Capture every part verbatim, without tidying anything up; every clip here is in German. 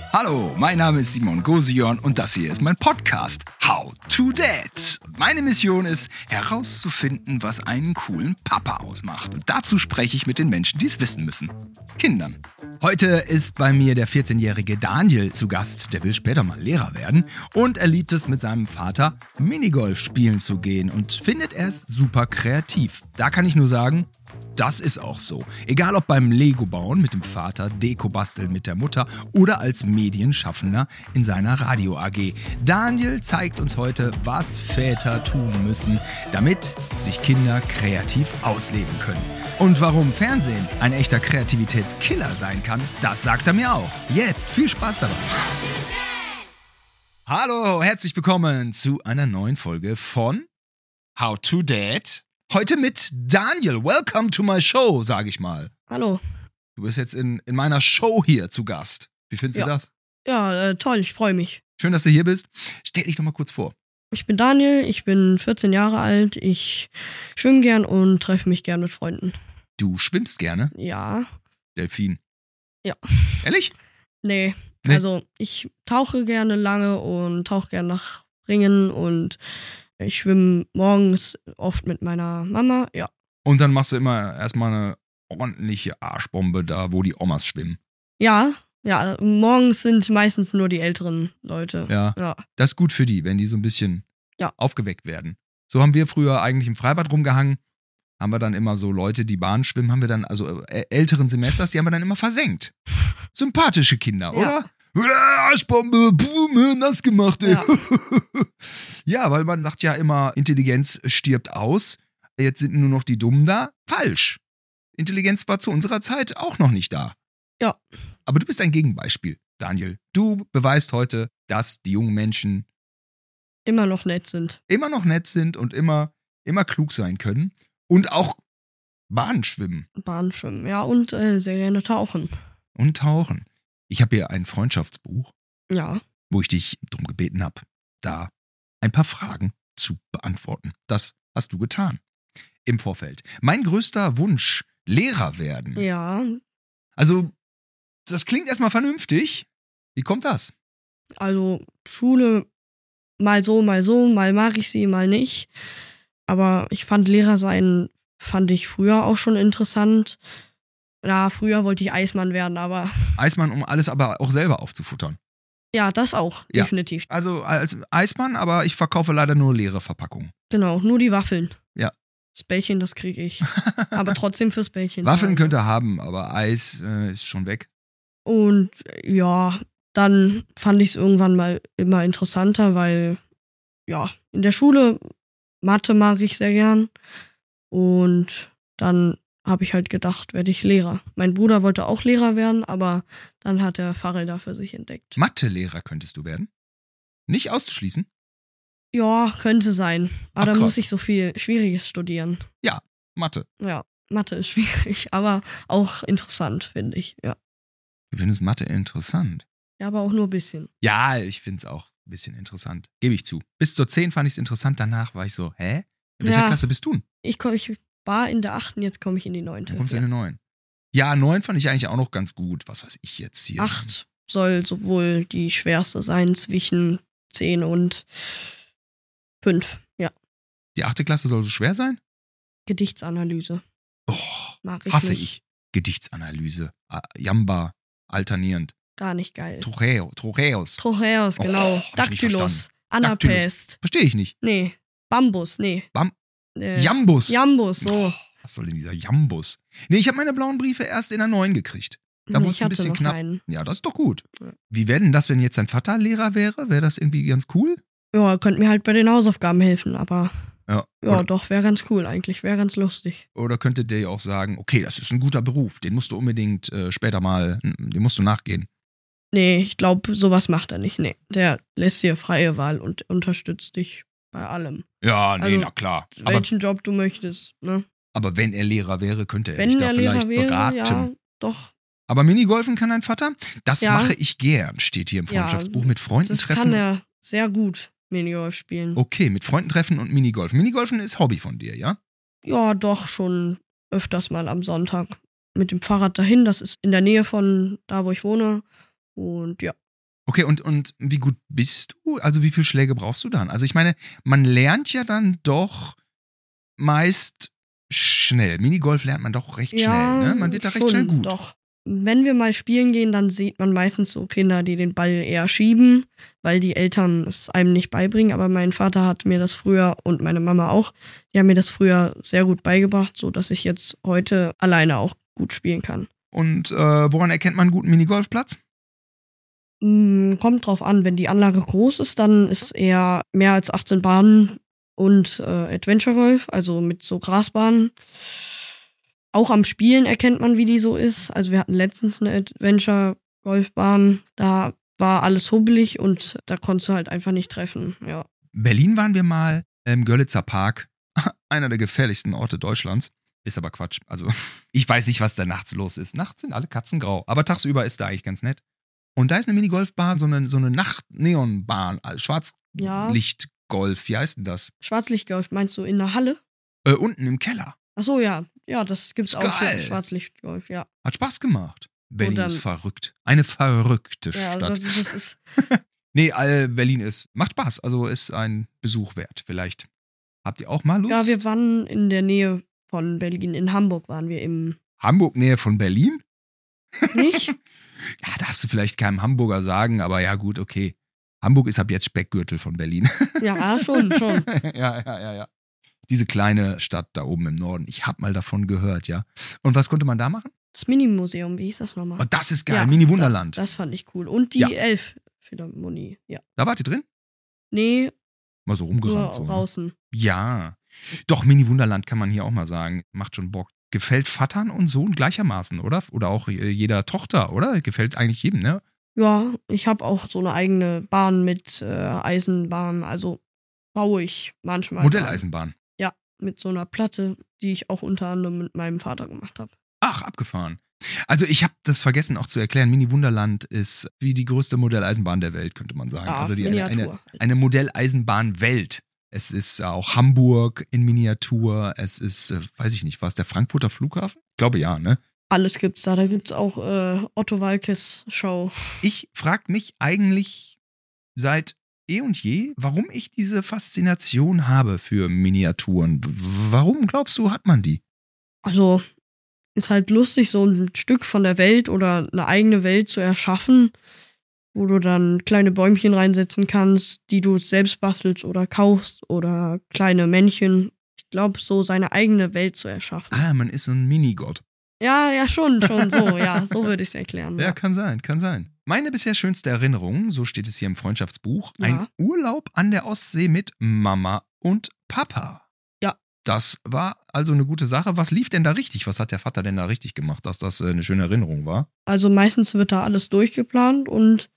Hallo, mein Name ist Simon Gosion und das hier ist mein Podcast How to Dad. Meine Mission ist, herauszufinden, was einen coolen Papa ausmacht. Und dazu spreche ich mit den Menschen, die es wissen müssen. Kindern. Heute ist bei mir der vierzehnjährige Daniel zu Gast. Der will später mal Lehrer werden und er liebt es, mit seinem Vater Minigolf spielen zu gehen und findet es super kreativ. Da kann ich nur sagen, das ist auch so. Egal ob beim Lego-Bauen mit dem Vater, Deko-Basteln mit der Mutter oder als Medienschaffender in seiner Radio-A G. Daniel zeigt uns heute, was Väter tun müssen, damit sich Kinder kreativ ausleben können. Und warum Fernsehen ein echter Kreativitätskiller sein kann, das sagt er mir auch. Jetzt viel Spaß dabei. Hallo, herzlich willkommen zu einer neuen Folge von How to Dad. Heute mit Daniel. Welcome to my show, sage ich mal. Hallo. Du bist jetzt in, in meiner Show hier zu Gast. Wie findest ja. du das? Ja, äh, toll, ich freue mich. Schön, dass du hier bist. Stell dich doch mal kurz vor. Ich bin Daniel, ich bin vierzehn Jahre alt, ich schwimme gern und treffe mich gern mit Freunden. Du schwimmst gerne? Ja. Delfin? Ja. Ehrlich? Nee, nee. Also ich tauche gerne lange und tauche gern nach Ringen und ich schwimme morgens oft mit meiner Mama, ja. Und dann machst du immer erstmal eine ordentliche Arschbombe da, wo die Omas schwimmen. Ja, ja, morgens sind meistens nur die älteren Leute. Ja, ja. Das ist gut für die, wenn die so ein bisschen ja. aufgeweckt werden. So haben wir früher eigentlich im Freibad rumgehangen, haben wir dann immer so Leute, die Bahn schwimmen, haben wir dann, also äh, älteren Semesters, die haben wir dann immer versenkt. Sympathische Kinder, ja. oder? Arschbombe, puh, nass gemacht, ey. Ja. Ja, weil man sagt ja immer, Intelligenz stirbt aus. Jetzt sind nur noch die Dummen da. Falsch. Intelligenz war zu unserer Zeit auch noch nicht da. Ja. Aber du bist ein Gegenbeispiel, Daniel. Du beweist heute, dass die jungen Menschen immer noch nett sind. Immer noch nett sind und immer, immer klug sein können. Und auch Bahn schwimmen. Bahn schwimmen, ja. Und äh, sehr gerne tauchen. Und tauchen. Ich habe hier ein Freundschaftsbuch, ja. wo ich dich darum gebeten habe, da ein paar Fragen zu beantworten. Das hast du getan im Vorfeld. Mein größter Wunsch, Lehrer werden. Ja. Also, das klingt erstmal vernünftig. Wie kommt das? Also, Schule mal so, mal so, mal mag ich sie, mal nicht. Aber ich fand Lehrer sein, fand ich früher auch schon interessant. Na, früher wollte ich Eismann werden, aber... Eismann, um alles aber auch selber aufzufuttern. Ja, das auch, ja. definitiv. Also als Eismann, aber ich verkaufe leider nur leere Verpackungen. Genau, nur die Waffeln. Ja. Das Bällchen, das kriege ich. Aber trotzdem fürs Bällchen. Waffeln könnt ihr haben, aber Eis äh, ist schon weg. Und ja, dann fand ich es irgendwann mal immer interessanter, weil, ja, in der Schule, Mathe mag ich sehr gern. Und dann habe ich halt gedacht, werde ich Lehrer. Mein Bruder wollte auch Lehrer werden, aber dann hat der Fahrräder für sich entdeckt. Mathe-Lehrer könntest du werden? Nicht auszuschließen? Ja, könnte sein. Aber Ach, dann muss ich so viel Schwieriges studieren. Ja, Mathe. Ja, Mathe ist schwierig, aber auch interessant, finde ich, ja. Du findest Mathe interessant? Ja, aber auch nur ein bisschen. Ja, ich finde es auch ein bisschen interessant. Gebe ich zu. Bis zur zehn fand ich es interessant, danach war ich so, hä? In welcher ja, Klasse bist du? Ich, ich war in der achten, jetzt komme ich in die neunte. Du kommst ja. in die neun. Ja, neun fand ich eigentlich auch noch ganz gut. Was weiß ich jetzt hier? Acht soll sowohl die schwerste sein zwischen zehn und fünf, ja. Die achte Klasse soll so schwer sein? Gedichtsanalyse. Oh, Mag ich hasse nicht. ich. Gedichtsanalyse. Jamba, alternierend. Gar nicht geil. Trochäo, Trochäus. Trochäus, genau. Oh, Dactylus. Anapest. Verstehe ich nicht. Nee. Bambus, nee. Bam äh, Jambus. Jambus, so. Oh, was soll denn dieser Jambus? Nee, ich habe meine blauen Briefe erst in der neun gekriegt. Da Nee, wurde es ich ein hatte bisschen noch knapp. keinen. Ja, das ist doch gut. Ja. Wie wäre denn das, wenn jetzt dein Vater Lehrer wäre? Wäre das irgendwie ganz cool? Ja, er könnte mir halt bei den Hausaufgaben helfen, aber Ja, ja, oder, doch, wäre ganz cool eigentlich, wäre ganz lustig. oder könnte der ja auch sagen, okay, das ist ein guter Beruf, den musst du unbedingt äh, später mal, den musst du nachgehen. Nee, ich glaube, sowas macht er nicht. Nee, der lässt dir freie Wahl und unterstützt dich bei allem. Ja, nee, Also, na klar. Aber, Welchen Job du möchtest, ne? aber wenn er Lehrer wäre, könnte er Wenn dich da er vielleicht Lehrer wäre, beraten. ja, doch. Aber Minigolfen kann dein Vater? Das Ja. mache ich gern, steht hier im Ja, Freundschaftsbuch. Mit Freunden Das treffen. kann er sehr gut, Minigolf spielen. Okay, mit Freunden treffen und Minigolfen. Minigolfen ist Hobby von dir, ja? Ja, doch, schon öfters mal am Sonntag mit dem Fahrrad dahin. Das ist in der Nähe von da, wo ich wohne. Und ja. Okay, und, und wie gut bist du? Also wie viele Schläge brauchst du dann? Also ich meine, man lernt ja dann doch meist schnell. Minigolf lernt man doch recht Ja, schnell, ne? Man wird da recht schon, schnell gut. doch. Wenn wir mal spielen gehen, dann sieht man meistens so Kinder, die den Ball eher schieben, weil die Eltern es einem nicht beibringen. Aber mein Vater hat mir das früher und meine Mama auch, die haben mir das früher sehr gut beigebracht, so dass ich jetzt heute alleine auch gut spielen kann. Und äh, woran erkennt man einen guten Minigolfplatz? Mm, kommt drauf an, wenn die Anlage groß ist, dann ist eher mehr als achtzehn Bahnen und äh, Adventure Golf, also mit so Grasbahnen. Auch am Spielen erkennt man, wie die so ist. Also wir hatten letztens eine Adventure-Golfbahn. Da war alles hubbelig und da konntest du halt einfach nicht treffen. Ja. Berlin waren wir mal im Görlitzer Park. Einer der gefährlichsten Orte Deutschlands. Ist aber Quatsch. Also ich weiß nicht, was da nachts los ist. Nachts sind alle Katzen grau. Aber tagsüber ist da eigentlich ganz nett. Und da ist eine Minigolfbahn, so eine, so eine Nacht-Neonbahn. Also Schwarzlichtgolf. Wie heißt denn das? Schwarzlichtgolf, meinst du in der Halle? Äh, unten im Keller. Ach so, ja. Ja, das gibt's Ist auch. geil. Schwarzlichtgolf, ja. Hat Spaß gemacht. Berlin dann- ist verrückt. Eine verrückte Ja, Stadt. das, das ist. Nee, äh, Berlin ist, macht Spaß. Also ist ein Besuch wert. Vielleicht habt ihr auch mal Lust? Ja, wir waren in der Nähe von Berlin. In Hamburg waren wir im. Hamburg, Nähe von Berlin? Nicht? Ja, darfst du vielleicht keinem Hamburger sagen, aber ja gut, okay. Hamburg ist ab jetzt Speckgürtel von Berlin. Ja, schon, schon. ja, ja, ja, ja. Diese kleine Stadt da oben im Norden. Ich hab mal davon gehört, ja. Und was konnte man da machen? Das Mini-Museum, wie hieß das nochmal? Oh, das ist geil, Ja, Mini-Wunderland. Das, das fand ich cool. Und die Ja. Elf-Philharmonie, ja. Da wart ihr drin? Nee, Mal so nur rumgerannt. So, ne? draußen. Ja. Doch, Mini-Wunderland kann man hier auch mal sagen. Macht schon Bock. Gefällt Vatern und Sohn gleichermaßen, oder? Oder auch äh, jeder Tochter, oder? Gefällt eigentlich jedem, ne? Ja, ich habe auch so eine eigene Bahn mit äh, Eisenbahn, also baue ich manchmal. Modelleisenbahn. Ja, mit so einer Platte, die ich auch unter anderem mit meinem Vater gemacht habe. Ach, abgefahren. Also ich habe das vergessen auch zu erklären. Mini Wunderland ist wie die größte Modelleisenbahn der Welt, könnte man sagen. Ja, also die, eine, Miniatur. eine, eine Modelleisenbahn-Welt. Es ist auch Hamburg in Miniatur. Es ist, äh, weiß ich nicht, war es der Frankfurter Flughafen? Ich glaube ja, ne? Alles gibt's da. Da gibt's auch äh, Otto Walkes Show. Ich frage mich eigentlich seit eh und je, warum ich diese Faszination habe für Miniaturen. W- Warum glaubst du, hat man die? Also ist halt lustig, so ein Stück von der Welt oder eine eigene Welt zu erschaffen, wo du dann kleine Bäumchen reinsetzen kannst, die du selbst bastelst oder kaufst oder kleine Männchen. Ich glaube, so seine eigene Welt zu erschaffen. Ah, man ist so ein Minigott. Ja, ja, schon, schon so. Ja, so würde ich es erklären. Ja, kann sein, kann sein. Meine bisher schönste Erinnerung, so steht es hier im Freundschaftsbuch, Ja. ein Urlaub an der Ostsee mit Mama und Papa. Ja. Das war also eine gute Sache. Was lief denn da richtig? Was hat der Vater denn da richtig gemacht, dass das äh, eine schöne Erinnerung war? Also meistens wird da alles durchgeplant und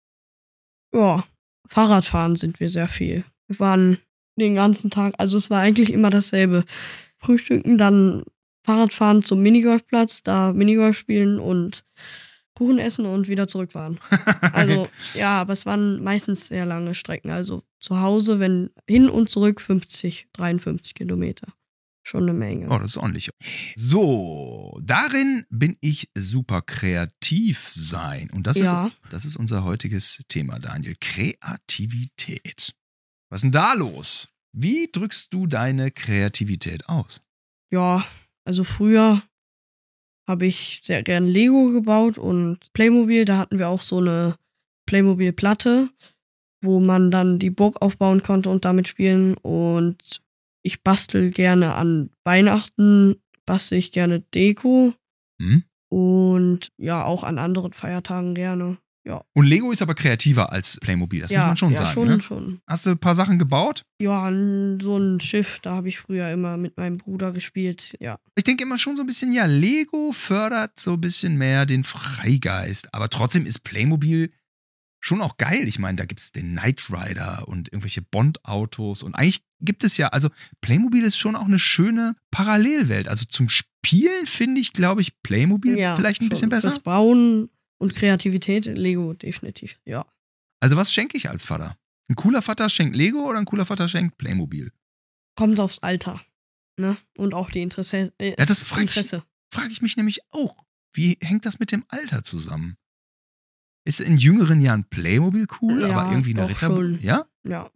ja, Fahrradfahren sind wir sehr viel. Wir waren den ganzen Tag, also es war eigentlich immer dasselbe. Frühstücken, dann Fahrradfahren zum Minigolfplatz, da Minigolf spielen und Kuchen essen und wieder zurückfahren. Also ja, aber es waren meistens sehr lange Strecken. Also zu Hause, wenn hin und zurück fünfzig, dreiundfünfzig Kilometer. Schon eine Menge. Oh, das ist ordentlich. So, darin bin ich super kreativ sein. Und das, Ja. ist, das ist unser heutiges Thema, Daniel. Kreativität. Was ist denn da los? Wie drückst du deine Kreativität aus? Ja, also früher habe ich sehr gern Lego gebaut und Playmobil. Da hatten wir auch so eine Playmobil-Platte, wo man dann die Burg aufbauen konnte und damit spielen. Und ich bastel gerne an Weihnachten, bastel ich gerne Deko Hm? und ja, auch an anderen Feiertagen gerne. Und Lego ist aber kreativer als Playmobil, das ja, muss man schon ja, sagen. schon, Ne? schon. Hast du ein paar Sachen gebaut? Ja, an so ein Schiff, da habe ich früher immer mit meinem Bruder gespielt. Ja, Ich denke immer schon so ein bisschen, ja, Lego fördert so ein bisschen mehr den Freigeist. Aber trotzdem ist Playmobil schon auch geil. Ich meine, da gibt es den Knight Rider und irgendwelche Bond-Autos. Und eigentlich gibt es ja, also Playmobil ist schon auch eine schöne Parallelwelt. Also zum Spielen finde ich, glaube ich, Playmobil ja vielleicht ein schon. bisschen besser. Fürs Bauen und Kreativität, Lego definitiv, ja. Also was schenke ich als Vater? Ein cooler Vater schenkt Lego oder ein cooler Vater schenkt Playmobil? Kommt aufs Alter, ne? Und auch die Interesse. Äh, Ja, das frag ich- Interesse. Frage ich mich nämlich auch. Wie hängt das mit dem Alter zusammen? Ist in jüngeren Jahren Playmobil cool, Ja, aber irgendwie eine doch Ritter... schon. Ja? Ja.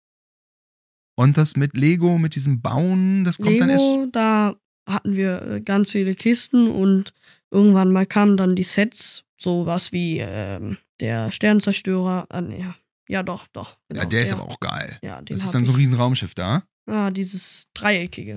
Und das mit Lego, mit diesem Bauen, das kommt dann erst... Lego, da hatten wir äh, ganz viele Kisten und irgendwann mal kamen dann die Sets, sowas wie ähm, der Sternzerstörer. Ah, nee, ja. ja, doch, doch. Genau, Ja, der ist aber auch geil. Ja, den Das hab ist dann so ein ich. riesen Raumschiff da. Ja, dieses dreieckige.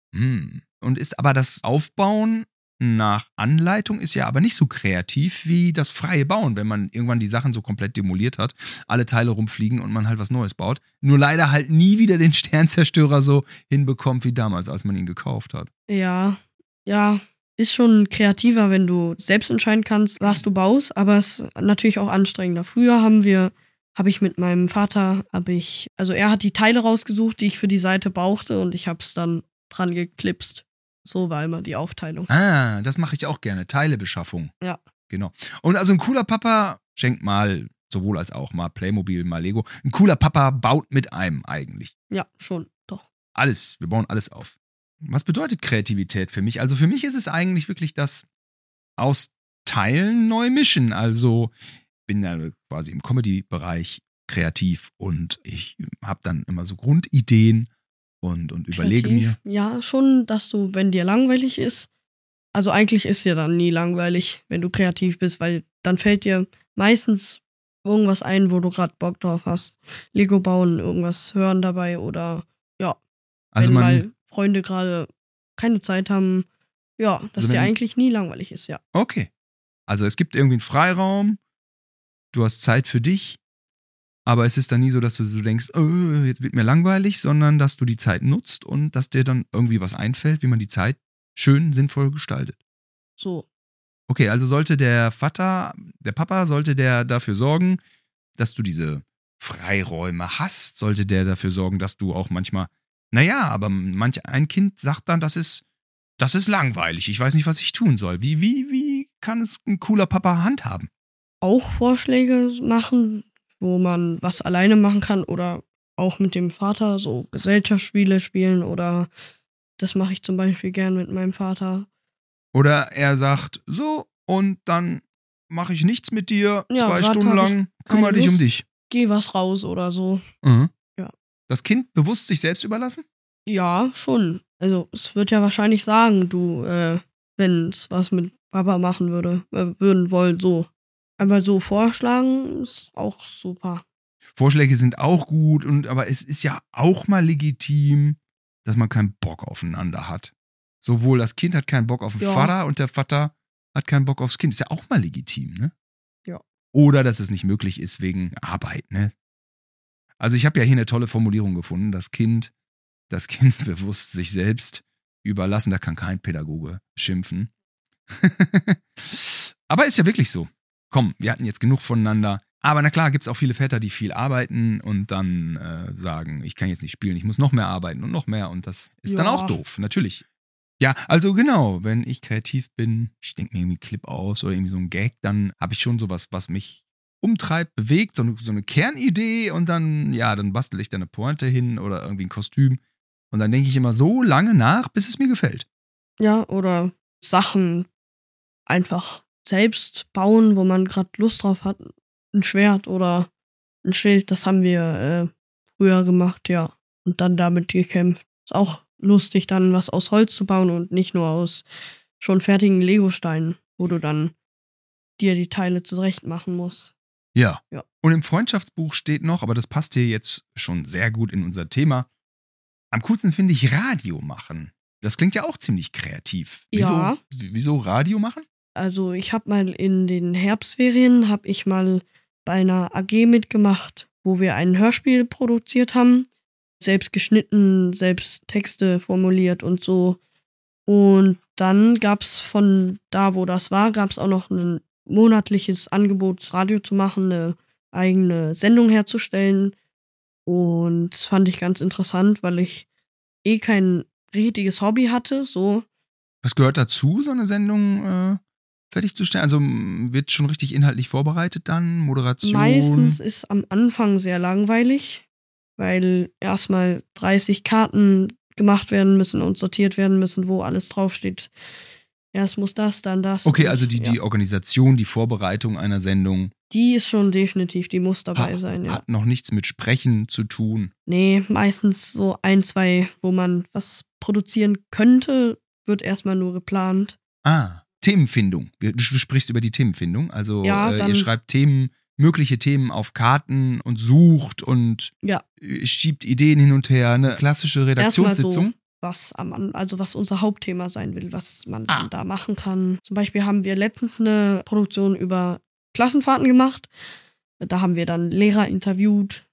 Hm. Und ist aber das Aufbauen nach Anleitung ist ja aber nicht so kreativ wie das freie Bauen, wenn man irgendwann die Sachen so komplett demoliert hat, alle Teile rumfliegen und man halt was Neues baut. Nur leider halt nie wieder den Sternzerstörer so hinbekommt wie damals, als man ihn gekauft hat. Ja, ja, ist schon kreativer, wenn du selbst entscheiden kannst, was du baust, aber es ist natürlich auch anstrengender. Früher haben wir, habe ich mit meinem Vater, habe ich, also er hat die Teile rausgesucht, die ich für die Seite brauchte und ich habe es dann dran geklipst. So war immer die Aufteilung. Ah, das mache ich auch gerne. Teilebeschaffung. Ja. Genau. Und also ein cooler Papa schenkt mal, sowohl als auch mal Playmobil, mal Lego. Ein cooler Papa baut mit einem eigentlich. Ja, schon, doch. Alles. Wir bauen alles auf. Was bedeutet Kreativität für mich? Also für mich ist es eigentlich wirklich das aus Teilen neu mischen. Also bin ja quasi im Comedy-Bereich kreativ und ich habe dann immer so Grundideen und, und überlege Kreativ, mir. Ja, schon, dass du, wenn dir langweilig ist, also eigentlich ist dir dann nie langweilig, wenn du kreativ bist, weil dann fällt dir meistens irgendwas ein, wo du gerade Bock drauf hast. Lego bauen, irgendwas hören dabei oder ja, Also wenn man, mal Freunde gerade keine Zeit haben, ja, dass Also dir wenn- eigentlich nie langweilig ist, ja. okay. Also es gibt irgendwie einen Freiraum, du hast Zeit für dich, aber es ist dann nie so, dass du so denkst, oh, jetzt wird mir langweilig, sondern dass du die Zeit nutzt und dass dir dann irgendwie was einfällt, wie man die Zeit schön, sinnvoll gestaltet. So. Okay, also sollte der Vater, der Papa, sollte der dafür sorgen, dass du diese Freiräume hast, sollte der dafür sorgen, dass du auch manchmal, naja, aber manch ein Kind sagt dann, das ist, das ist langweilig, ich weiß nicht, was ich tun soll. Wie, wie, wie kann es ein cooler Papa handhaben? Auch Vorschläge machen, wo man was alleine machen kann oder auch mit dem Vater so Gesellschaftsspiele spielen oder das mache ich zum Beispiel gern mit meinem Vater. Oder er sagt, so, und dann mache ich nichts mit dir, Ja, zwei grad Stunden hab ich lang, kümmere keine dich um Lust. dich. Geh was raus oder so. Mhm. Ja. Das Kind bewusst sich selbst überlassen? Ja, schon. Also es wird ja wahrscheinlich sagen, du, äh, wenn es was mit Papa machen würde, äh, würden wollen, so. Aber so vorschlagen ist auch super. Vorschläge sind auch gut, und aber es ist ja auch mal legitim, dass man keinen Bock aufeinander hat. Sowohl das Kind hat keinen Bock auf den Ja. Vater und der Vater hat keinen Bock aufs Kind. Ist ja auch mal legitim, ne? Ja. Oder dass es nicht möglich ist wegen Arbeit, ne? Also ich habe ja hier eine tolle Formulierung gefunden. Das Kind, das Kind bewusst sich selbst überlassen. Da kann kein Pädagoge schimpfen. Aber ist ja wirklich so. Komm, wir hatten jetzt genug voneinander. Aber na klar, gibt es auch viele Väter, die viel arbeiten und dann äh, sagen, ich kann jetzt nicht spielen, ich muss noch mehr arbeiten und noch mehr. Und das ist dann Ja. auch doof, natürlich. Ja, also genau, wenn ich kreativ bin, ich denke mir irgendwie einen Clip aus oder irgendwie so einen Gag, dann habe ich schon sowas, was mich umtreibt, bewegt, so eine, so eine Kernidee und dann, ja, dann bastel ich da eine Pointe hin oder irgendwie ein Kostüm. Und dann denke ich immer so lange nach, bis es mir gefällt. Ja, oder Sachen einfach selbst bauen, wo man gerade Lust drauf hat. Ein Schwert oder ein Schild, das haben wir äh, früher gemacht, ja. Und dann damit gekämpft. Ist auch lustig, dann was aus Holz zu bauen und nicht nur aus schon fertigen Legosteinen, wo du dann dir die Teile zurecht machen musst. Ja. Ja. Und im Freundschaftsbuch steht noch, aber das passt hier jetzt schon sehr gut in unser Thema, am coolsten finde ich Radio machen. Das klingt ja auch ziemlich kreativ. Wieso, Ja. wieso Radio machen? Also ich habe mal in den Herbstferien, habe ich mal bei einer A G mitgemacht, wo wir ein Hörspiel produziert haben. Selbst geschnitten, selbst Texte formuliert und so. Und dann gab's von da, wo das war, gab's auch noch ein monatliches Angebot, Radio zu machen, eine eigene Sendung herzustellen. Und das fand ich ganz interessant, weil ich eh kein richtiges Hobby hatte, so. Was gehört dazu, so eine Sendung äh, fertigzustellen? Also m, wird schon richtig inhaltlich vorbereitet dann? Moderation? Meistens ist am Anfang sehr langweilig, weil erstmal dreißig Karten gemacht werden müssen und sortiert werden müssen, wo alles draufsteht, erst muss das, dann das. Okay, und, also die, ja. die Organisation, die Vorbereitung einer Sendung Die ist schon definitiv, die muss dabei ha, sein, ja. hat noch nichts mit Sprechen zu tun. Nee, meistens so ein, zwei, wo man was produzieren könnte, wird erstmal nur geplant. Ah, Themenfindung. Du, du sprichst über die Themenfindung. Also Ja, äh, dann- ihr schreibt Themen, mögliche Themen auf Karten und sucht und Ja. äh, schiebt Ideen hin und her. Eine klassische Redaktionssitzung. Erstmal so, was am An- also was unser Hauptthema sein will, was man Ah. dann da machen kann. Zum Beispiel haben wir letztens eine Produktion über Klassenfahrten gemacht. Da haben wir dann Lehrer interviewt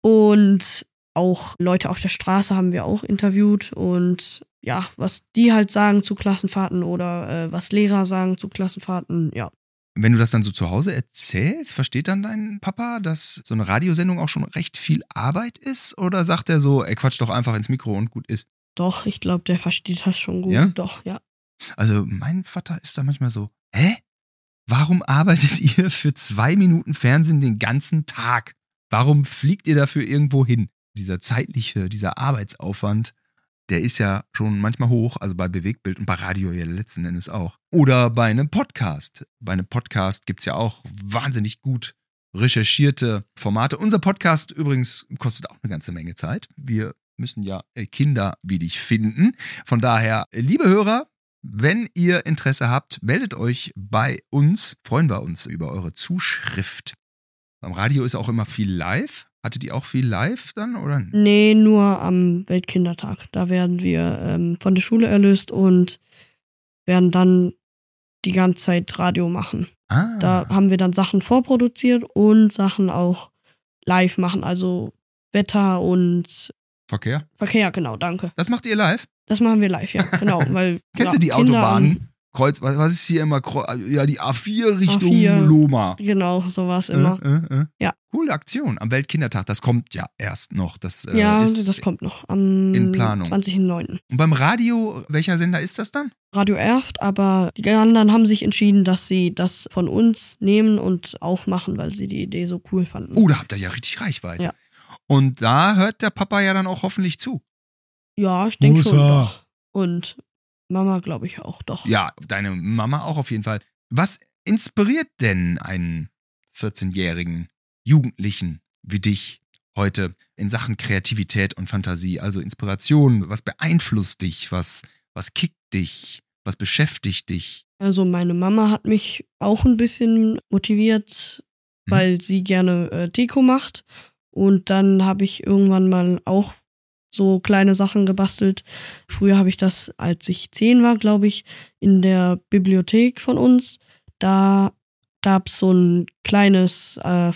und auch Leute auf der Straße haben wir auch interviewt und ja, was die halt sagen zu Klassenfahrten oder äh, was Lehrer sagen zu Klassenfahrten, ja. Wenn du das dann so zu Hause erzählst, versteht dann dein Papa, dass so eine Radiosendung auch schon recht viel Arbeit ist? Oder sagt er so, ey, quatsch doch einfach ins Mikro und gut ist? Doch, ich glaube, der versteht das schon gut. Ja? Doch, ja. Also mein Vater ist da manchmal so, hä? Warum arbeitet ihr für zwei Minuten Fernsehen den ganzen Tag? Warum fliegt ihr dafür irgendwo hin? Dieser zeitliche, dieser Arbeitsaufwand, der ist ja schon manchmal hoch, also bei Bewegtbild und bei Radio ja letzten Endes auch. Oder bei einem Podcast. Bei einem Podcast gibt's ja auch wahnsinnig gut recherchierte Formate. Unser Podcast übrigens kostet auch eine ganze Menge Zeit. Wir müssen ja äh, Kinder wie dich finden. Von daher, äh, liebe Hörer, wenn ihr Interesse habt, meldet euch bei uns. Freuen wir uns über eure Zuschrift. Beim Radio ist auch immer viel live. Hattet ihr auch viel live dann, oder? Nee, nur am Weltkindertag. Da werden wir ähm, von der Schule erlöst und werden dann die ganze Zeit Radio machen. Ah. Da haben wir dann Sachen vorproduziert und Sachen auch live machen, also Wetter und Verkehr? Verkehr, genau, danke. Das macht ihr live? Das machen wir live, ja, genau. Weil, Kennst ja, du die Kinder Autobahnen? Kreuz, was, was ist hier immer? Kreu- Ja, die A vier Richtung A vier. Loma. An, genau, sowas immer. Äh, äh, äh. Ja. Coole Aktion am Weltkindertag. Das kommt ja erst noch. Das äh, Ja, ist das kommt noch am in Planung. zwanzigsten neunten Und beim Radio, welcher Sender ist das dann? Radio Erft, aber die anderen haben sich entschieden, dass sie das von uns nehmen und auch machen, weil sie die Idee so cool fanden. Oh, da habt ihr ja richtig Reichweite. Ja. Und da hört der Papa ja dann auch hoffentlich zu. Ja, ich denke Muss schon er. doch. Und Mama, glaube ich, auch doch. Ja, deine Mama auch auf jeden Fall. Was inspiriert denn einen vierzehnjährigen Jugendlichen wie dich heute in Sachen Kreativität und Fantasie? Also Inspiration, was beeinflusst dich? Was, was kickt dich? Was beschäftigt dich? Also meine Mama hat mich auch ein bisschen motiviert, Mhm. weil sie gerne äh, Deko macht. Und dann habe ich irgendwann mal auch so kleine Sachen gebastelt. Früher habe ich das, als ich zehn war, glaube ich, in der Bibliothek von uns. Da gab's so ein kleines äh,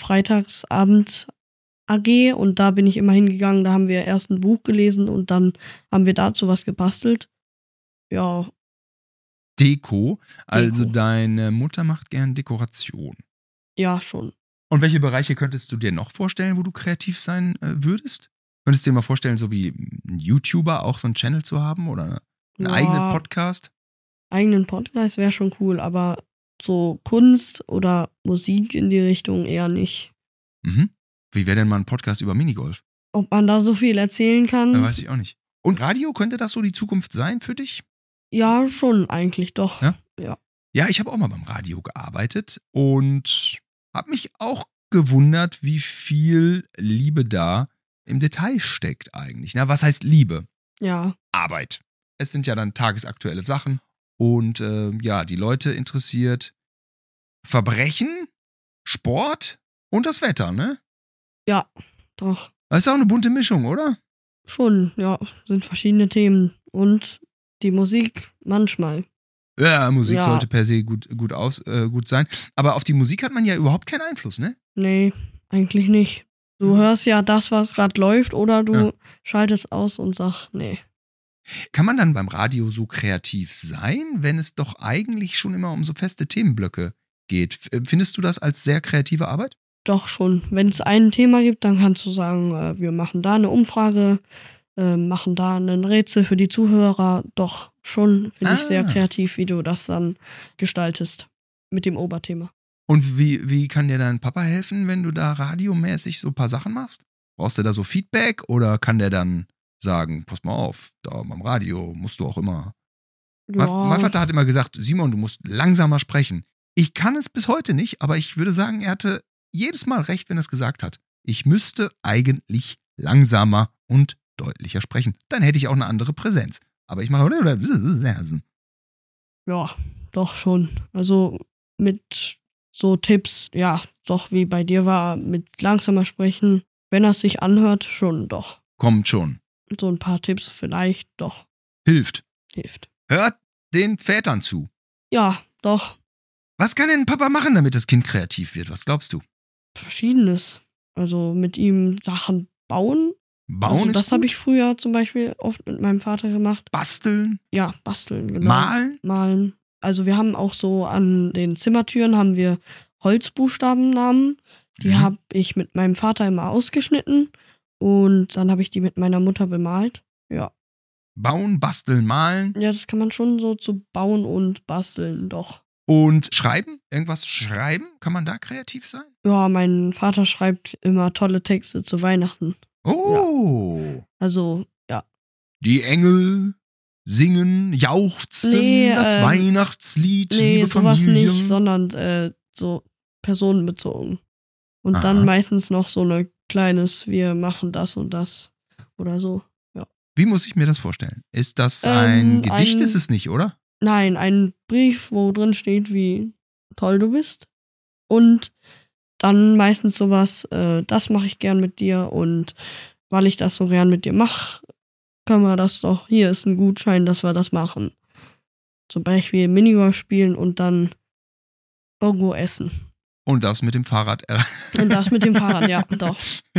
Freitagsabend-A G und da bin ich immer hingegangen. Da haben wir erst ein Buch gelesen und dann haben wir dazu was gebastelt. Ja, Deko. Also Deko. deine Mutter macht gern Dekoration. ja, schon. Und welche Bereiche könntest du dir noch vorstellen, wo du kreativ sein äh, würdest? Könntest du dir mal vorstellen, so wie ein YouTuber auch so einen Channel zu haben oder einen Ja, eigenen Podcast? eigenen Podcast wäre schon cool, aber so Kunst oder Musik in die Richtung eher nicht. Mhm. Wie wäre denn mal ein Podcast über Minigolf? Ob man da so viel erzählen kann? Da weiß ich auch nicht. Und Radio, könnte das so die Zukunft sein für dich? Ja, schon eigentlich doch. Ja? Ja. Ja, ich habe auch mal beim Radio gearbeitet und habe mich auch gewundert, wie viel Liebe da im Detail steckt eigentlich. Na, was heißt Liebe? Ja, Arbeit. Es sind ja dann tagesaktuelle Sachen und äh, ja, die Leute interessiert Verbrechen, Sport und das Wetter, ne? ja, doch. Das ist auch eine bunte Mischung, oder? Schon, ja, sind verschiedene Themen. Und die Musik manchmal. Ja, Musik Ja. sollte per se gut, gut, aus, äh, gut sein. Aber auf die Musik hat man ja überhaupt keinen Einfluss, ne? Nee, eigentlich nicht. Du hörst ja das, was gerade läuft, oder du Ja. schaltest aus und sagst, nee. Kann man dann beim Radio so kreativ sein, wenn es doch eigentlich schon immer um so feste Themenblöcke geht? F- Findest du das als sehr kreative Arbeit? Doch schon. Wenn es ein Thema gibt, dann kannst du sagen, äh, wir machen da eine Umfrage, äh, machen da ein Rätsel für die Zuhörer. Doch schon, finde ich Ah. sehr kreativ, wie du das dann gestaltest mit dem Oberthema. Und wie, wie kann dir dein Papa helfen, wenn du da radiomäßig so ein paar Sachen machst? Brauchst du da so Feedback oder kann der dann sagen, pass mal auf, da beim Radio musst du auch immer Mein, Ja, mein Vater hat immer gesagt, Simon, du musst langsamer sprechen. Ich kann es bis heute nicht, aber ich würde sagen, er hatte jedes Mal recht, wenn er es gesagt hat. Ich müsste eigentlich langsamer und deutlicher sprechen. Dann hätte ich auch eine andere Präsenz. Aber ich mache... ja, doch schon. Also mit so Tipps, ja, doch wie bei dir war, mit langsamer sprechen, wenn er es sich anhört, schon doch. Kommt schon. So ein paar Tipps vielleicht doch Hilft. hilft. Hört den Vätern zu. Ja, doch. Was kann denn ein Papa machen, damit das Kind kreativ wird? Was glaubst du? Verschiedenes. Also mit ihm Sachen bauen. Bauen also ist das habe gut. ich früher zum Beispiel oft mit meinem Vater gemacht. Basteln, Ja, basteln, genau. malen. Malen. Also wir haben auch so an den Zimmertüren haben wir Holzbuchstabennamen. Die Mhm. habe ich mit meinem Vater immer ausgeschnitten und dann habe ich die mit meiner Mutter bemalt. Ja. Bauen, basteln, malen Ja, das kann man schon so zu bauen und basteln, doch. und schreiben. Irgendwas schreiben? Kann man da kreativ sein? Ja, mein Vater schreibt immer tolle Texte zu Weihnachten. Oh, Also, ja. die Engel singen, jauchzen, Nee, das ähm, Weihnachtslied, Nee, liebe sowas Familie. nicht, sondern äh, so personenbezogen. Und Aha. dann meistens noch so ein kleines, wir machen das und das oder so. Wie muss ich mir das vorstellen? Ist das Ähm, ein Gedicht? ein- Ist es nicht, oder? Nein, ein Brief, wo drin steht, wie toll du bist. Und dann meistens sowas, äh, das mache ich gern mit dir und weil ich das so gern mit dir mache, können wir das doch, hier ist ein Gutschein, dass wir das machen. Zum Beispiel Minigolf spielen und dann irgendwo essen. Und das mit dem Fahrrad. Und das mit dem Fahrrad, ja, doch.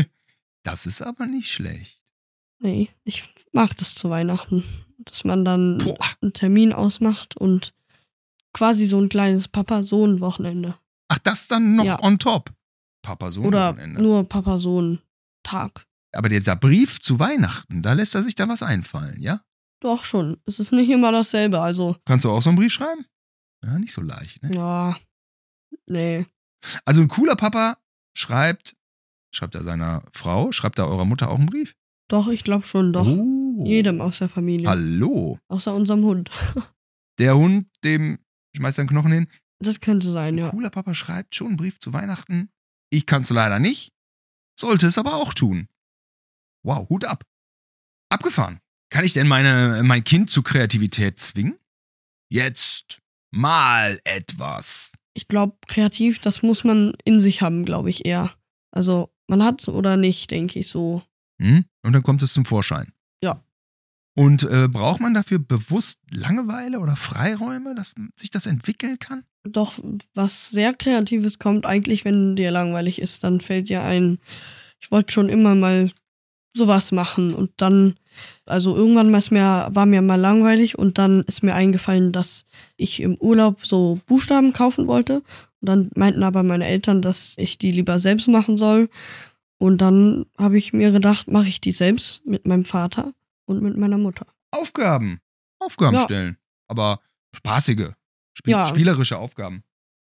Das ist aber nicht schlecht. Nee, ich mag das zu Weihnachten, dass man dann Boah. einen Termin ausmacht und quasi so ein kleines Papa-Sohn-Wochenende. Ach, das dann noch Ja. on top. Papa Sohn Oder Wochenende. nur Papa-Sohn-Tag. Aber dieser Brief zu Weihnachten, da lässt er sich da was einfallen, ja? Doch schon. Es ist nicht immer dasselbe, also, Kannst du auch so einen Brief schreiben? Ja, nicht so leicht, ne? ja, nee. Also ein cooler Papa schreibt, schreibt er seiner Frau, schreibt er eurer Mutter auch einen Brief? Doch, ich glaube schon, doch. Oh. Jedem aus der Familie. Hallo. Außer unserem Hund. Der Hund, dem schmeißt er einen Knochen hin. Das könnte sein, Ein ja. cooler Papa schreibt schon einen Brief zu Weihnachten. Ich kann es leider nicht, sollte es aber auch tun. Wow, Hut ab. Abgefahren. Kann ich denn meine, mein Kind zu Kreativität zwingen? Jetzt mal etwas. Ich glaube, kreativ, das muss man in sich haben, glaube ich eher. Also, man hat's oder nicht, denke ich so. Hm? Und dann kommt es zum Vorschein. Ja. Und äh, braucht man dafür bewusst Langeweile oder Freiräume, dass sich das entwickeln kann? Doch, was sehr Kreatives kommt eigentlich, wenn dir langweilig ist, dann fällt dir ein, ich wollte schon immer mal sowas machen und dann, also irgendwann war es mir, war mir mal langweilig und dann ist mir eingefallen, dass ich im Urlaub so Buchstaben kaufen wollte und dann meinten aber meine Eltern, dass ich die lieber selbst machen soll und dann habe ich mir gedacht, mache ich die selbst mit meinem Vater und mit meiner Mutter. Aufgaben. Aufgaben Ja. stellen. Aber spaßige, spiel Ja. spielerische Aufgaben.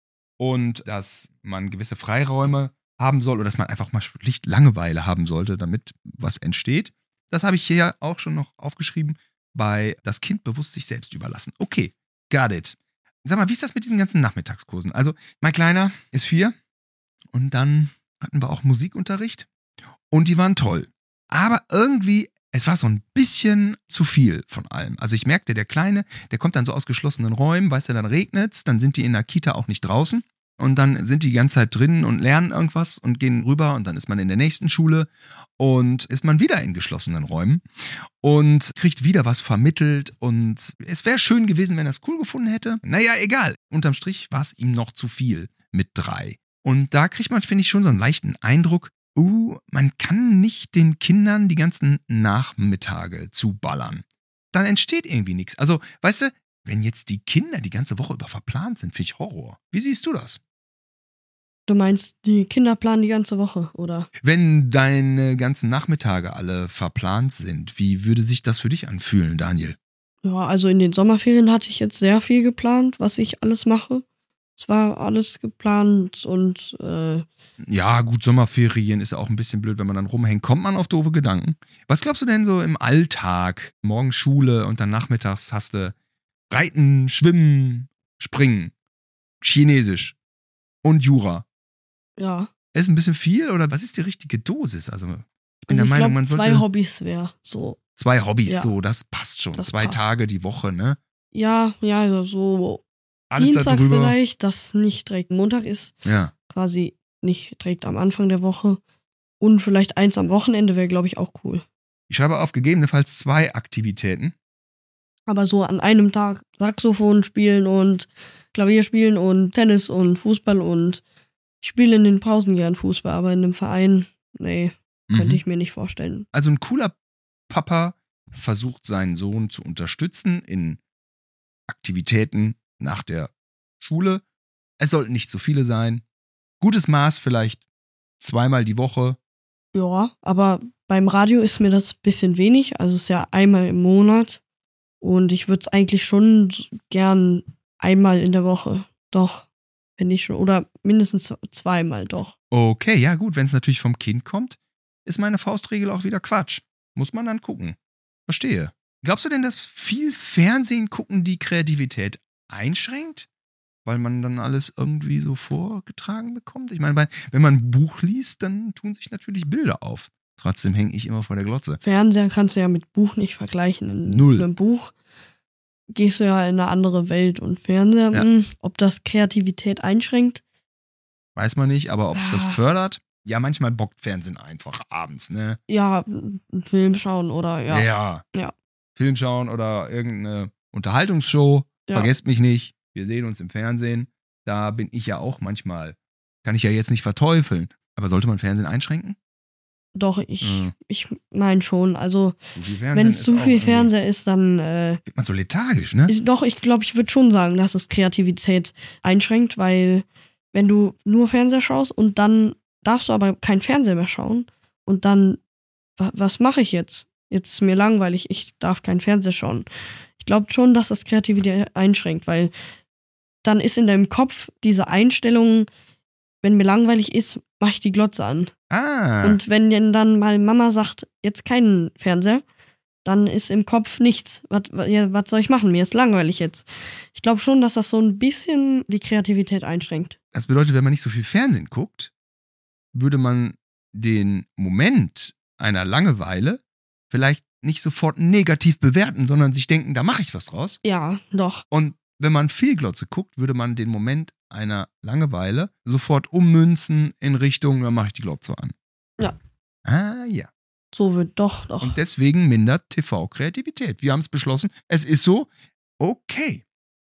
Und dass man gewisse Freiräume haben soll oder dass man einfach mal schlicht Langeweile haben sollte, damit was entsteht. Das habe ich hier auch schon noch aufgeschrieben bei das Kind bewusst sich selbst überlassen. Okay, got it. Sag mal, wie ist das mit diesen ganzen Nachmittagskursen? Also, mein Kleiner ist vier und dann hatten wir auch Musikunterricht und die waren toll. Aber irgendwie, es war so ein bisschen zu viel von allem. Also ich merkte, der Kleine, der kommt dann so aus geschlossenen Räumen, weißt du, dann regnet's, dann sind die in der Kita auch nicht draußen und dann sind die die ganze Zeit drin und lernen irgendwas und gehen rüber und dann ist man in der nächsten Schule und ist man wieder in geschlossenen Räumen und kriegt wieder was vermittelt und es wäre schön gewesen, wenn er es cool gefunden hätte. Naja, egal. Unterm Strich war es ihm noch zu viel mit drei. Und da kriegt man, finde ich, schon so einen leichten Eindruck, uh, man kann nicht den Kindern die ganzen Nachmittage zuballern. Dann entsteht irgendwie nichts. Also, weißt du, wenn jetzt die Kinder die ganze Woche über verplant sind, finde ich Horror. Wie siehst du das? Du meinst, die Kinder planen die ganze Woche, oder? Wenn deine ganzen Nachmittage alle verplant sind, wie würde sich das für dich anfühlen, Daniel? Ja, also in den Sommerferien hatte ich jetzt sehr viel geplant, was ich alles mache. Es war alles geplant und äh, Ja, gut, Sommerferien ist ja auch ein bisschen blöd, wenn man dann rumhängt. Kommt man auf doofe Gedanken? Was glaubst du denn so im Alltag? Morgen Schule und dann nachmittags hast du Reiten, Schwimmen, Springen, Chinesisch und Jura. Ja. Ist ein bisschen viel oder was ist die richtige Dosis? Also ich bin Also der ich Meinung, glaub, man sollte zwei Hobbys wäre so. zwei Hobbys, Ja. so, das passt schon. Das Zwei passt. Tage die Woche, ne? Ja, ja, also so Alles Dienstag darüber. vielleicht, das nicht direkt Montag ist, Ja. quasi nicht direkt am Anfang der Woche. Und vielleicht eins am Wochenende wäre, glaube ich, auch cool. Ich schreibe auf gegebenenfalls zwei Aktivitäten. Aber so an einem Tag Saxophon spielen und Klavier spielen und Tennis und Fußball und ich spiele in den Pausen gern Fußball, aber in einem Verein, nee, könnte Mhm. ich mir nicht vorstellen. Also ein cooler Papa versucht seinen Sohn zu unterstützen in Aktivitäten nach der Schule. Es sollten nicht zu viele sein. Gutes Maß vielleicht zweimal die Woche. Ja, aber beim Radio ist mir das ein bisschen wenig, also es ist ja einmal im Monat und ich würde es eigentlich schon gern einmal in der Woche, doch, wenn ich schon, oder mindestens zweimal, doch. Okay, ja gut, wenn es natürlich vom Kind kommt, ist meine Faustregel auch wieder Quatsch. Muss man dann gucken. Verstehe. Glaubst du denn, dass viel Fernsehen gucken die Kreativität einschränkt? Weil man dann alles irgendwie so vorgetragen bekommt? Ich meine, weil- wenn man ein Buch liest, dann tun sich natürlich Bilder auf. Trotzdem hänge ich immer vor der Glotze. Fernseher kannst du ja mit Buch nicht vergleichen. In Null. einem Buch gehst du ja in eine andere Welt und Fernseher, Ja. mh, ob das Kreativität einschränkt, Weiß man nicht, aber ob es das Ah. fördert? Ja, manchmal bockt Fernsehen einfach abends, ne? ja, einen Film schauen oder ja. Ja. Ja. Film schauen oder irgendeine Unterhaltungsshow. Ja. Vergesst mich nicht. Wir sehen uns im Fernsehen. Da bin ich ja auch manchmal. Kann ich ja jetzt nicht verteufeln. Aber sollte man Fernsehen einschränken? Doch, ich, Mhm. ich meine schon. Also, Zu viel Fernsehen wenn es ist zu auch viel irgendwie- Fernseher ist, dann äh, Wird man so lethargisch, ne? ich, doch, ich glaube, ich würde schon sagen, dass es Kreativität einschränkt, weil wenn du nur Fernseher schaust und dann darfst du aber kein Fernseher mehr schauen und dann, wa- was mache ich jetzt? Jetzt ist mir langweilig, ich darf kein Fernseher schauen. Ich glaube schon, dass das Kreativität einschränkt, weil dann ist in deinem Kopf diese Einstellung, wenn mir langweilig ist, mache ich die Glotze an. Ah. Und wenn denn dann mal Mama sagt, jetzt keinen Fernseher, dann ist im Kopf nichts. Was, ja, was soll ich machen? Mir ist langweilig jetzt. Ich glaube schon, dass das so ein bisschen die Kreativität einschränkt. Das bedeutet, wenn man nicht so viel Fernsehen guckt, würde man den Moment einer Langeweile vielleicht nicht sofort negativ bewerten, sondern sich denken, da mache ich was draus. Ja, doch. Und wenn man viel Glotze guckt, würde man den Moment einer Langeweile sofort ummünzen in Richtung, da mache ich die Glotze an. Ja. Ah ja. So wird doch, doch. Und deswegen mindert T V Kreativität. Wir haben es beschlossen. Es ist so, okay.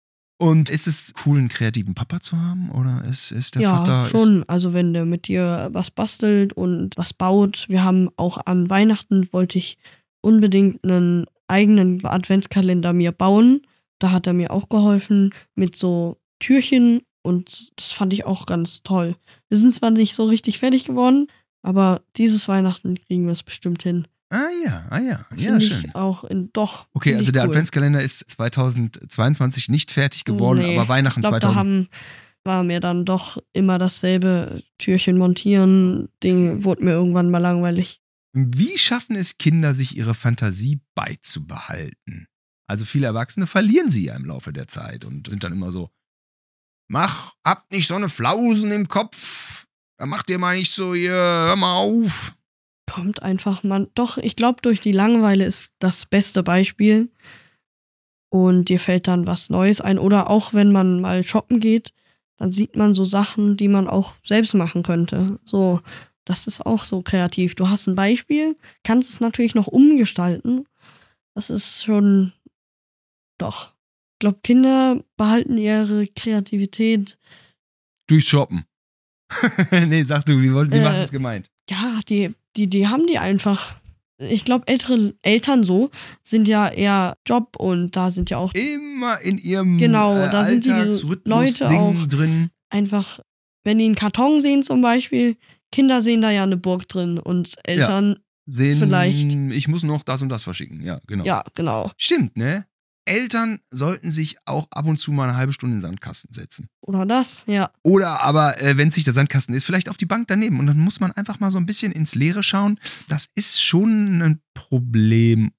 Und ist es cool, einen kreativen Papa zu haben? Oder ist, ist der ja, Vater... schon. Also wenn der mit dir was bastelt und was baut. Wir haben auch an Weihnachten, wollte ich unbedingt einen eigenen Adventskalender mir bauen. Da hat er mir auch geholfen mit so Türchen und das fand ich auch ganz toll. Wir sind zwar nicht so richtig fertig geworden, aber dieses Weihnachten kriegen wir es bestimmt hin. Ah ja, ah ja, ja, Finde schön. ich auch in, doch. Okay, find also ich der cool. Adventskalender ist zweitausendzweiundzwanzig nicht fertig geworden, Nee, aber Weihnachten Ich glaube, da zweitausend... haben, war mir dann doch immer dasselbe Türchen montieren. Ding wurde mir irgendwann mal langweilig. Wie schaffen es Kinder, sich ihre Fantasie beizubehalten? Also viele Erwachsene verlieren sie ja im Laufe der Zeit und sind dann immer so, mach, habt nicht so eine Flausen im Kopf, dann macht ihr mal nicht so hier, hör mal auf. Kommt einfach man. Doch, ich glaube, durch die Langeweile ist das beste Beispiel. Und dir fällt dann was Neues ein. Oder auch wenn man mal shoppen geht, dann sieht man so Sachen, die man auch selbst machen könnte. So, das ist auch so kreativ. Du hast ein Beispiel, kannst es natürlich noch umgestalten. Das ist schon, doch. Ich glaube, Kinder behalten ihre Kreativität. Durchs Shoppen. Nee, sag du, wie, wollt- wie Äh, hast du es gemeint? Ja, die, die, die haben die einfach. Ich glaube, ältere Eltern so sind ja eher Job und da sind ja auch Immer in ihrem Genau, äh, da sind die Alltagsrhythmus Leute Ding auch- drin. einfach, wenn die einen Karton sehen zum Beispiel, Kinder sehen da ja eine Burg drin und Eltern, Sehen, Vielleicht. ich muss noch das und das verschicken. Ja, genau. ja, genau. Stimmt, ne? Eltern sollten sich auch ab und zu mal eine halbe Stunde in den Sandkasten setzen. Oder das, ja. Oder aber, äh, wenn es nicht der Sandkasten ist, vielleicht auf die Bank daneben. Und dann muss man einfach mal so ein bisschen ins Leere schauen. Das ist schon ein Problem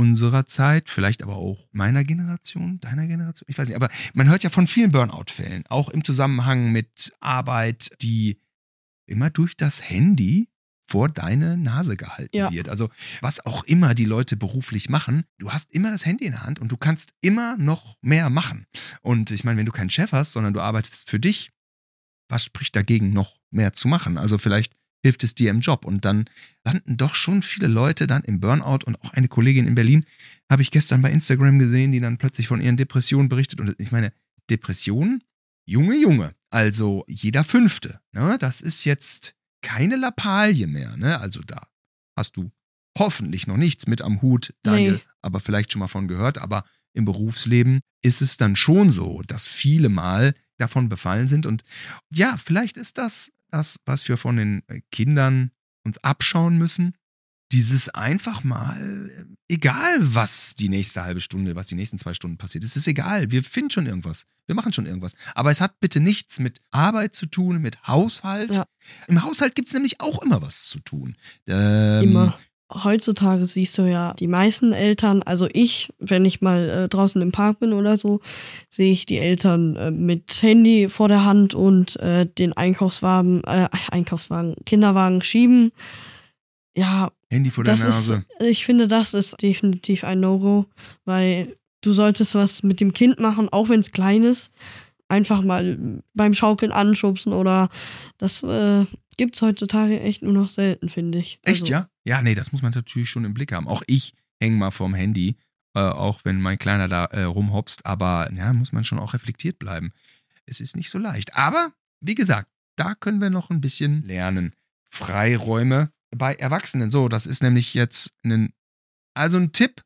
unserer Zeit, vielleicht aber auch meiner Generation, deiner Generation, ich weiß nicht, aber man hört ja von vielen Burnout-Fällen, auch im Zusammenhang mit Arbeit, die immer durch das Handy vor deine Nase gehalten Ja. wird. Also was auch immer die Leute beruflich machen, du hast immer das Handy in der Hand und du kannst immer noch mehr machen. Und ich meine, wenn du keinen Chef hast, sondern du arbeitest für dich, was spricht dagegen, noch mehr zu machen? Also vielleicht hilft es dir im Job und dann landen doch schon viele Leute dann im Burnout und auch eine Kollegin in Berlin habe ich gestern bei Instagram gesehen, die dann plötzlich von ihren Depressionen berichtet und ich meine, Depressionen, Junge, Junge, also jeder Fünfte, ne? Das ist jetzt keine Lappalie mehr, ne? Also da hast du hoffentlich noch nichts mit am Hut, Daniel, Nee. aber vielleicht schon mal von gehört, aber im Berufsleben ist es dann schon so, dass viele mal davon befallen sind und ja, vielleicht ist das das, was wir von den Kindern uns abschauen müssen, dieses einfach mal, egal was die nächste halbe Stunde, was die nächsten zwei Stunden passiert, es ist egal, wir finden schon irgendwas, wir machen schon irgendwas. Aber es hat bitte nichts mit Arbeit zu tun, mit Haushalt. Ja. Im Haushalt gibt es nämlich auch immer was zu tun. Ähm, Immer. Heutzutage siehst du ja die meisten Eltern, also ich, wenn ich mal äh, draußen im Park bin oder so, sehe ich die Eltern äh, mit Handy vor der Hand und äh, den Einkaufswagen, äh, Einkaufswagen, Kinderwagen schieben. Ja, Handy vor der das Nase. ist, ich finde, das ist definitiv ein No-Go, weil du solltest was mit dem Kind machen, auch wenn es klein ist. Einfach mal beim Schaukeln anschubsen oder das äh, gibt's heutzutage echt nur noch selten, finde ich. Echt, Also, ja? Ja, nee, das muss man natürlich schon im Blick haben. Auch ich hänge mal vorm Handy, äh, auch wenn mein Kleiner da äh, rumhopst, aber ja, muss man schon auch reflektiert bleiben. Es ist nicht so leicht. Aber, wie gesagt, da können wir noch ein bisschen lernen. Freiräume bei Erwachsenen. So, das ist nämlich jetzt ein, also ein Tipp,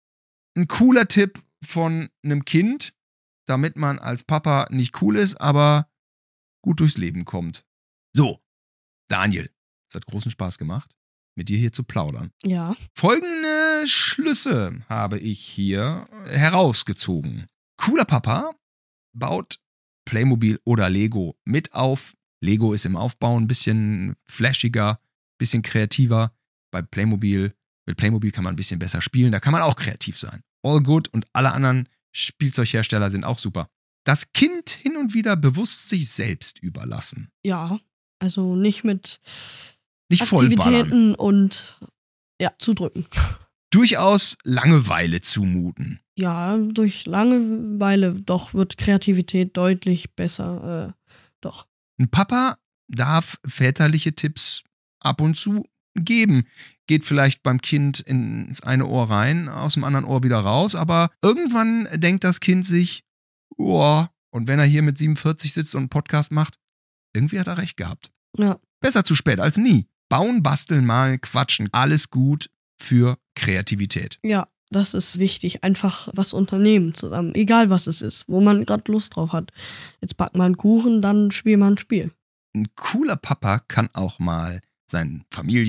ein cooler Tipp von einem Kind, damit man als Papa nicht cool ist, aber gut durchs Leben kommt. So, Daniel, es hat großen Spaß gemacht, mit dir hier zu plaudern. ja. Folgende Schlüsse habe ich hier herausgezogen. Cooler Papa baut Playmobil oder Lego mit auf. Lego ist im Aufbau ein bisschen flashiger, ein bisschen kreativer. Bei Playmobil, mit Playmobil kann man ein bisschen besser spielen, da kann man auch kreativ sein. All good und alle anderen Spielzeughersteller sind auch super. Das Kind hin und wieder bewusst sich selbst überlassen. Ja, also nicht mit Nicht vollballern. Aktivitäten und ja, zudrücken. Durchaus Langeweile zumuten. Ja, durch Langeweile doch wird Kreativität deutlich besser. Äh, doch. Ein Papa darf väterliche Tipps ab und zu geben. Geht vielleicht beim Kind ins eine Ohr rein, aus dem anderen Ohr wieder raus, aber irgendwann denkt das Kind sich, oh, und wenn er hier mit siebenundvierzig sitzt und einen Podcast macht, irgendwie hat er recht gehabt. Ja. Besser zu spät als nie. Bauen, basteln, malen, quatschen, alles gut für Kreativität. Ja, das ist wichtig. Einfach was unternehmen zusammen. Egal was es ist, wo man gerade Lust drauf hat. Jetzt backt man einen Kuchen, dann spielt man ein Spiel. Ein cooler Papa kann auch mal seinen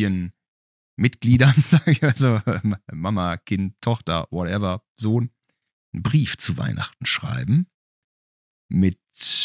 Familienmitgliedern, sage ich also, Mama, Kind, Tochter, whatever, Sohn, einen Brief zu Weihnachten schreiben, mit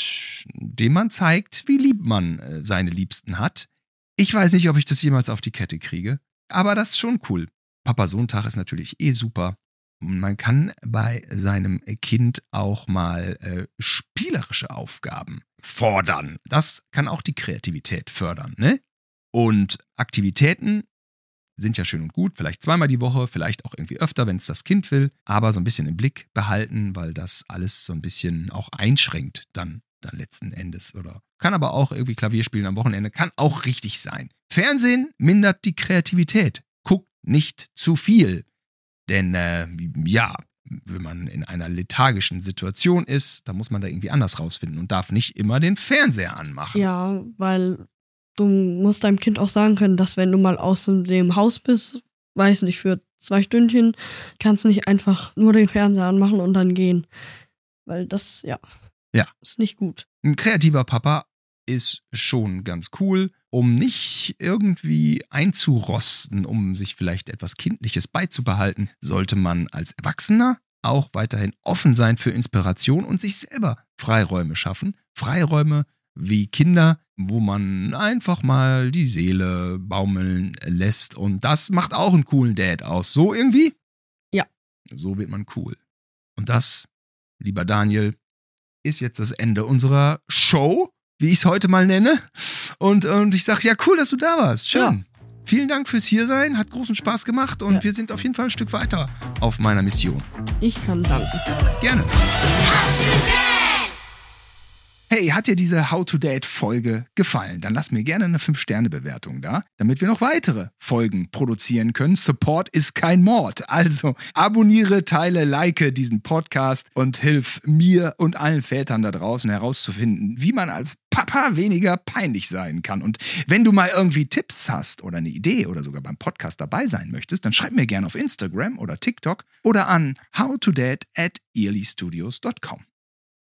dem man zeigt, wie lieb man seine Liebsten hat. Ich weiß nicht, ob ich das jemals auf die Kette kriege, aber das ist schon cool. Papa-Sohn-Tag ist natürlich eh super. Man kann bei seinem Kind auch mal äh, spielerische Aufgaben fordern. Das kann auch die Kreativität fördern, ne? Und Aktivitäten sind ja schön und gut, vielleicht zweimal die Woche, vielleicht auch irgendwie öfter, wenn es das Kind will, aber so ein bisschen im Blick behalten, weil das alles so ein bisschen auch einschränkt dann, dann letzten Endes. Oder kann aber auch irgendwie Klavier spielen am Wochenende, kann auch richtig sein. Fernsehen mindert die Kreativität. Guckt nicht zu viel. Denn äh, ja, wenn man in einer lethargischen Situation ist, dann muss man da irgendwie anders rausfinden und darf nicht immer den Fernseher anmachen. Ja, weil du musst deinem Kind auch sagen können, dass wenn du mal aus dem Haus bist, weiß nicht, für zwei Stündchen, kannst du nicht einfach nur den Fernseher anmachen und dann gehen. Weil das, ja, Ja. ist nicht gut. Ein kreativer Papa ist schon ganz cool, um nicht irgendwie einzurosten, um sich vielleicht etwas Kindliches beizubehalten, sollte man als Erwachsener auch weiterhin offen sein für Inspiration und sich selber Freiräume schaffen. Freiräume wie Kinder, wo man einfach mal die Seele baumeln lässt und das macht auch einen coolen Dad aus. So irgendwie? Ja. So wird man cool. Und das, lieber Daniel, ist jetzt das Ende unserer Show, wie ich es heute mal nenne. Und, und ich sage, ja, cool, dass du da warst. Schön. Ja. Vielen Dank fürs Hiersein, hat großen Spaß gemacht und ja. wir sind auf jeden Fall ein Stück weiter auf meiner Mission. Ich kann danken. Gerne. Hey, hat dir diese How to Date Folge gefallen? Dann lass mir gerne eine fünf Sterne Bewertung da, damit wir noch weitere Folgen produzieren können. Support ist kein Mord. Also abonniere, teile, like diesen Podcast und hilf mir und allen Vätern da draußen herauszufinden, wie man als Papa weniger peinlich sein kann. Und wenn du mal irgendwie Tipps hast oder eine Idee oder sogar beim Podcast dabei sein möchtest, dann schreib mir gerne auf Instagram oder TikTok oder an howtodad at earlystudios dot com.